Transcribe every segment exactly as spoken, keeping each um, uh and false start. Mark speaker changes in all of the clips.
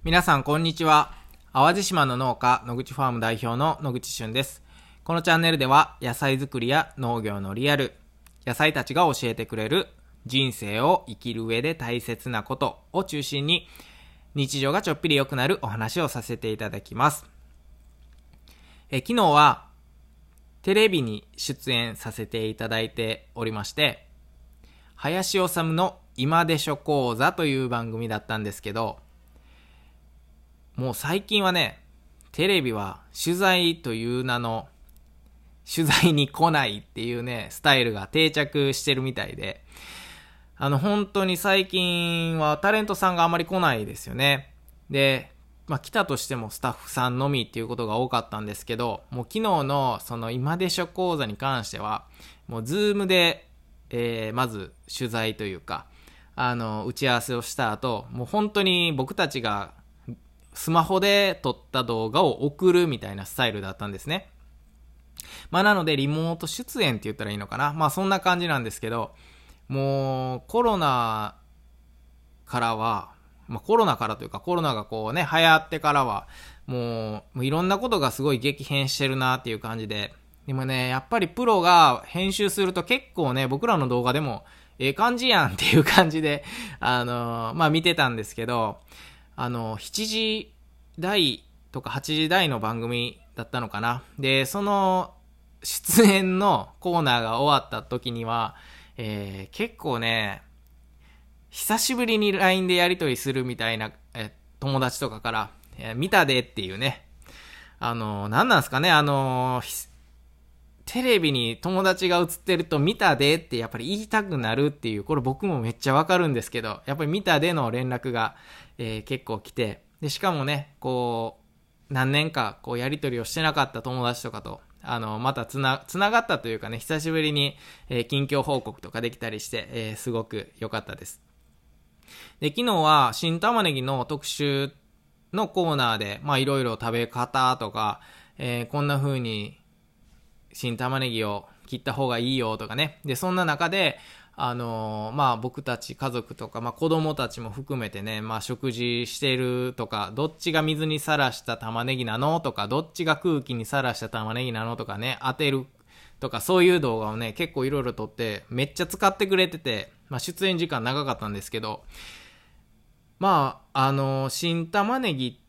Speaker 1: 皆さんこんにちは。淡路島の農家野口ファーム代表の野口俊です。このチャンネルでは野菜作りや農業のリアル、野菜たちが教えてくれる人生を生きる上で大切なことを中心に日常がちょっぴり良くなるお話をさせていただきます。え昨日はテレビに出演させていただいておりまして、林修の今でしょ講座という番組だったんですけど、もう最近はね、テレビは取材という名の取材に来ないっていうね、スタイルが定着してるみたいで、あの本当に最近はタレントさんがあまり来ないですよね。で、まあ来たとしてもスタッフさんのみっていうことが多かったんですけど、もう昨日のその今でしょ講座に関しては、もうズームで、えー、まず取材というか、あの打ち合わせをした後、もう本当に僕たちがスマホで撮った動画を送るみたいなスタイルだったんですね。まあなのでリモート出演って言ったらいいのかな。まあそんな感じなんですけど、もうコロナからは、まあコロナからというかコロナがこうね、流行ってからは、もう、もういろんなことがすごい激変してるなっていう感じで、でもね、やっぱりプロが編集すると結構ね、僕らの動画でも、ええ感じやんっていう感じで、あのー、まあ見てたんですけど、あの、しちじ台とかはちじ台の番組だったのかな。で、その出演のコーナーが終わった時には、えー、結構ね、久しぶりに ライン でやり取りするみたいな、え友達とかから、えー、見たでっていうね、あの、なんなんすかね、あの、テレビに友達が映ってると見たでってやっぱり言いたくなるっていう、これ僕もめっちゃわかるんですけど、やっぱり見たでの連絡が、えー、結構来て、でしかもね、こう何年かこうやり取りをしてなかった友達とかとあのまたつなつながったというかね、久しぶりに、えー、近況報告とかできたりして、えー、すごく良かったです。で、昨日は新玉ねぎの特集のコーナーで、まあいろいろ食べ方とか、えー、こんな風に新玉ねぎを切った方がいいよとかね。で、そんな中で、あのー、まあ僕たち家族とか、まあ子供たちも含めてね、まあ食事してるとか、どっちが水にさらした玉ねぎなのとか、どっちが空気にさらした玉ねぎなのとかね、当てるとか、そういう動画をね、結構いろいろ撮って、めっちゃ使ってくれてて、まあ出演時間長かったんですけど、まあ、あのー、新玉ねぎって、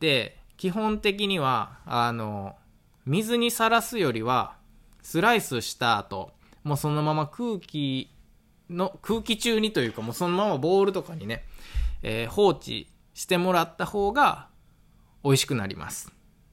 Speaker 1: 基本的には、あのー、水にさらすよりは、スライスした後、もうそのまま空気の空気中にというか、もうそのままボウルとかにね、えー、放置してもらった方が美味しくなります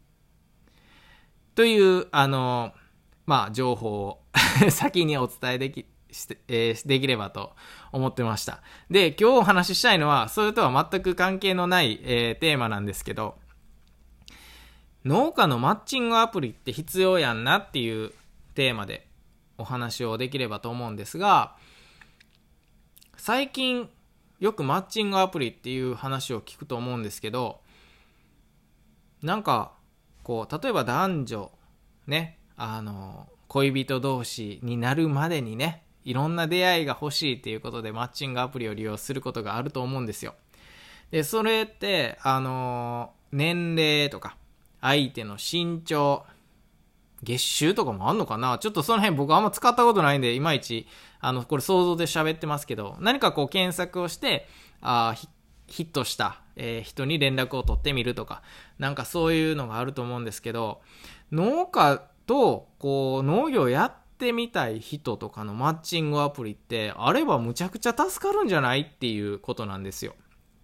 Speaker 1: というあのまあ情報を先にお伝えできして、えー、できればと思ってました。で、今日お話ししたいのはそれとは全く関係のない、えー、テーマなんですけど、農家のマッチングアプリって必要やんなっていうテーマでお話をできればと思うんですが、最近よくマッチングアプリっていう話を聞くと思うんですけど、なんかこう例えば男女ね、あの恋人同士になるまでにね、いろんな出会いが欲しいっていうことでマッチングアプリを利用することがあると思うんですよ。で、それってあの年齢とか相手の身長、月収とかもあんのかな、ちょっとその辺僕あんま使ったことないんでいまいちあのこれ想像で喋ってますけど、何かこう検索をしてあヒヒットした、えー、人に連絡を取ってみるとか、なんかそういうのがあると思うんですけど、農家とこう農業やってみたい人とかのマッチングアプリってあればむちゃくちゃ助かるんじゃないっていうことなんですよ。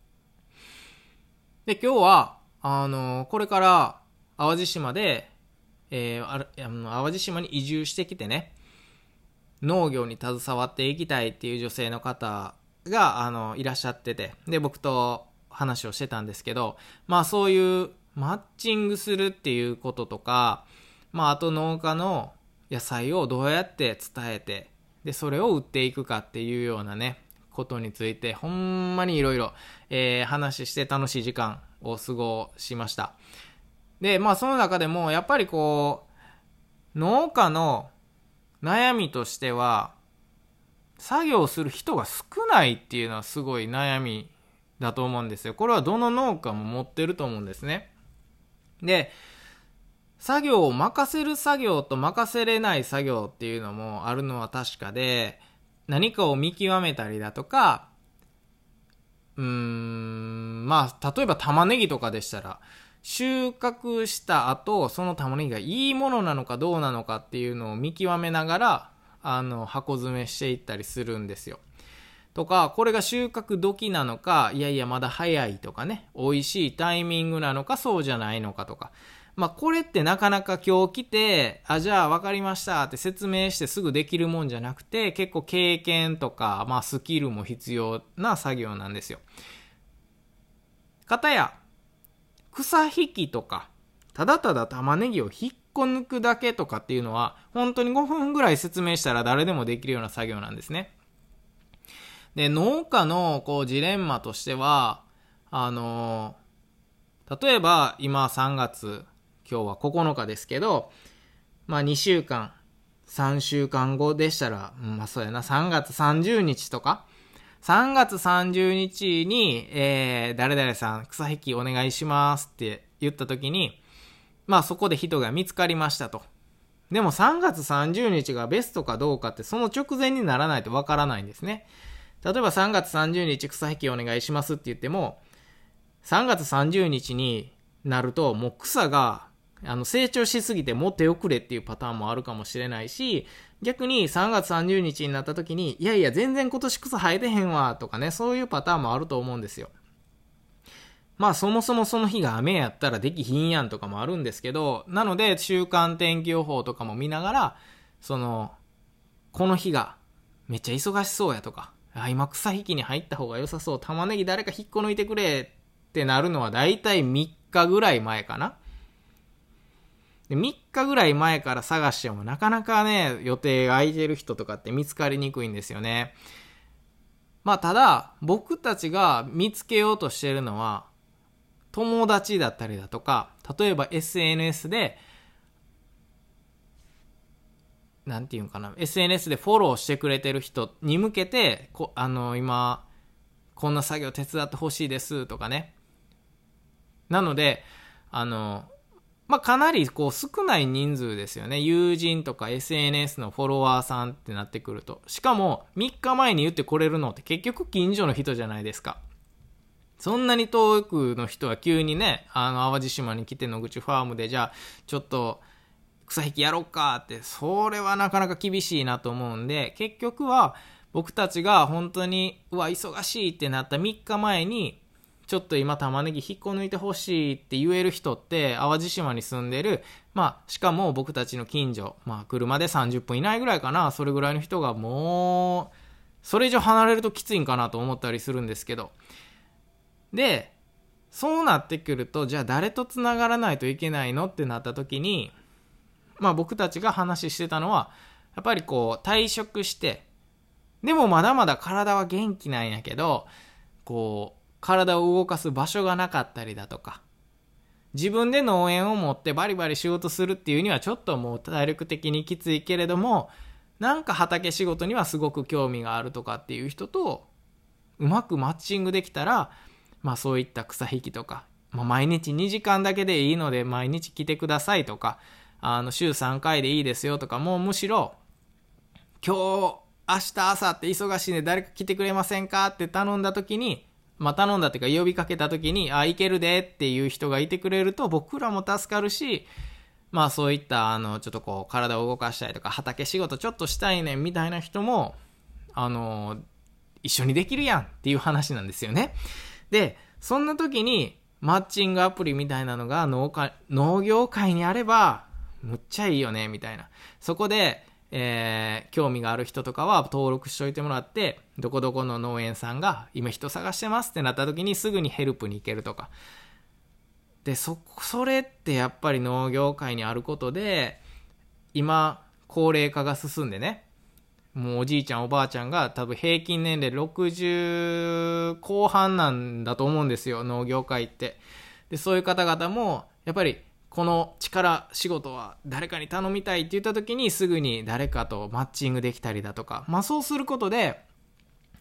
Speaker 1: で、今日はあのこれから淡路島でえー、ああの淡路島に移住してきてね、農業に携わっていきたいっていう女性の方があのいらっしゃってて、で僕と話をしてたんですけど、まあそういうマッチングするっていうこととか、まああと農家の野菜をどうやって伝えて、でそれを売っていくかっていうようなねことについて、ほんまにいろいろ話して楽しい時間を過ごしました。で、まあその中でもやっぱりこう農家の悩みとしては、作業する人が少ないっていうのはすごい悩みだと思うんですよ。これはどの農家も持ってると思うんですね。で、作業を任せる作業と任せれない作業っていうのもあるのは確かで、何かを見極めたりだとか、うーん、まあ、例えば玉ねぎとかでしたら、収穫した後、その玉ねぎがいいものなのかどうなのかっていうのを見極めながら、あの、箱詰めしていったりするんですよ。とか、これが収穫時なのか、いやいやまだ早いとかね、美味しいタイミングなのか、そうじゃないのかとか。まあ、これってなかなか今日来て、あ、じゃあ分かりましたって説明してすぐできるもんじゃなくて、結構経験とか、まあ、スキルも必要な作業なんですよ。かたや、草引きとか、ただただ玉ねぎを引っこ抜くだけとかっていうのは、本当にごふんぐらい説明したら誰でもできるような作業なんですね。で、農家のこうジレンマとしては、あのー、例えば今さんがつ、今日はここのかですけど、まあにしゅうかん、さんしゅうかんごでしたら、まあそうやな、さんがつさんじゅうにちとか、さんがつさんじゅうにちに、えー、誰々さん、草引きお願いしますって言った時に、まあそこで人が見つかりましたと。でもさんがつさんじゅうにちがベストかどうかってその直前にならないとわからないんですね。例えばさんがつさんじゅうにち草引きお願いしますって言っても、さんがつさんじゅうにちになるともう草があの成長しすぎてもう手遅れっていうパターンもあるかもしれないし、逆にさんがつさんじゅうにちになった時に、いやいや全然今年草生えてへんわとかね、そういうパターンもあると思うんですよ。まあそもそもその日が雨やったらできひんやんとかもあるんですけど、なので週間天気予報とかも見ながら、そのこの日がめっちゃ忙しそうやとか、あ今草引きに入った方が良さそう、玉ねぎ誰か引っこ抜いてくれってなるのはだいたいみっかぐらい前かな。でみっかぐらい前から探してもなかなかね、予定が空いてる人とかって見つかりにくいんですよね。まあただ僕たちが見つけようとしてるのは友達だったりだとか、例えば エスエヌエス でなんていうんかな、エスエヌエス でフォローしてくれてる人に向けて、こあの今こんな作業手伝ってほしいですとかね。なのであのまあ、かなりこう少ない人数ですよね。友人とか エスエヌエス のフォロワーさんってなってくると。しかもみっかまえに言ってこれるのって結局近所の人じゃないですか。そんなに遠くの人は急にね、あの淡路島に来て野口ファームでじゃあちょっと草引きやろっかって、それはなかなか厳しいなと思うんで、結局は僕たちが本当にうわ忙しいってなったみっかまえにちょっと今玉ねぎ引っこ抜いてほしいって言える人って淡路島に住んでる、まあしかも僕たちの近所、まあ車でさんじゅっぷん以内ぐらいかな、それぐらいの人がもうそれ以上離れるときついんかなと思ったりするんですけど、でそうなってくると、じゃあ誰とつながらないといけないのってなった時に、まあ僕たちが話してたのはやっぱりこう退職してでもまだまだ体は元気なんやけど、こう体を動かす場所がなかったりだとか、自分で農園を持ってバリバリ仕事するっていうにはちょっともう体力的にきついけれども、なんか畑仕事にはすごく興味があるとかっていう人とうまくマッチングできたら、まあそういった草引きとか、まあ、毎日にじかんだけでいいので毎日来てくださいとか、あの週さんかいでいいですよとか、もうむしろ今日明日明後日忙しいんで誰か来てくれませんかって頼んだ時に、まあ頼んだっていうか呼びかけた時に、あ、いけるでっていう人がいてくれると僕らも助かるし、まあそういったあのちょっとこう体を動かしたりとか畑仕事ちょっとしたいねんみたいな人もあの一緒にできるやんっていう話なんですよね。でそんな時にマッチングアプリみたいなのが農家農業界にあればむっちゃいいよねみたいな、そこでえー、興味がある人とかは登録しといてもらって、どこどこの農園さんが今人探してますってなった時にすぐにヘルプに行けるとかで、そそれってやっぱり農業界にあることで、今高齢化が進んでね、もうおじいちゃんおばあちゃんが多分平均年齢ろくじゅうこう半なんだと思うんですよ、農業界って。でそういう方々もやっぱりこの力仕事は誰かに頼みたいって言った時にすぐに誰かとマッチングできたりだとか、まあそうすることで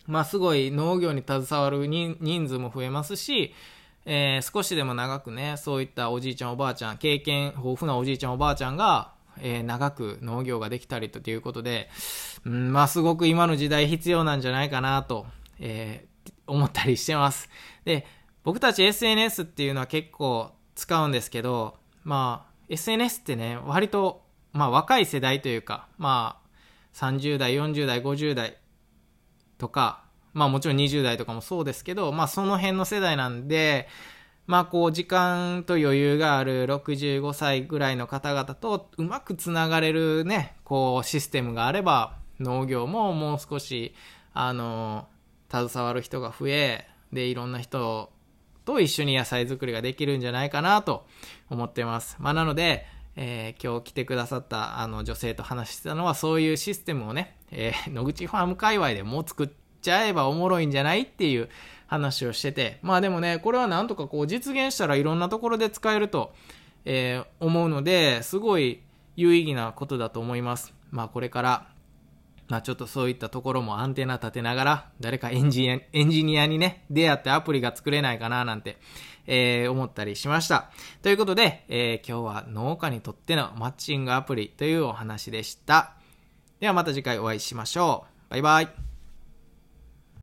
Speaker 1: まあすごい農業に携わる人数も増えますし、えー、少しでも長くね、そういったおじいちゃんおばあちゃん、経験豊富なおじいちゃんおばあちゃんが、えー、長く農業ができたりということで、うん、まあすごく今の時代必要なんじゃないかなと、えー、思ったりしてます。で、僕たち エスエヌエス っていうのは結構使うんですけど、まあ エスエヌエス ってね、割と、まあ若い世代というか、まあさんじゅう代、よんじゅう代、ごじゅう代とか、まあもちろんにじゅう代とかもそうですけど、まあその辺の世代なんで、まあこう時間と余裕があるろくじゅうごさいぐらいの方々とうまくつながれるね、こうシステムがあれば、農業ももう少し、あの、携わる人が増え、で、いろんな人と一緒に野菜作りができるんじゃないかなと思っています。まあなので、えー、今日来てくださったあの女性と話してたのは、そういうシステムをね、えー、野口ファーム界隈でもう作っちゃえばおもろいんじゃないっていう話をしてて、まあでもね、これはなんとかこう実現したらいろんなところで使えると、えー、思うので、すごい有意義なことだと思います。まあこれから、まあちょっとそういったところもアンテナ立てながら、誰かエンジニア、エンジニアにね、出会ってアプリが作れないかななんて、えー、思ったりしました。ということで、えー、今日は農家にとってのマッチングアプリというお話でした。ではまた次回お会いしましょう。バイバイ。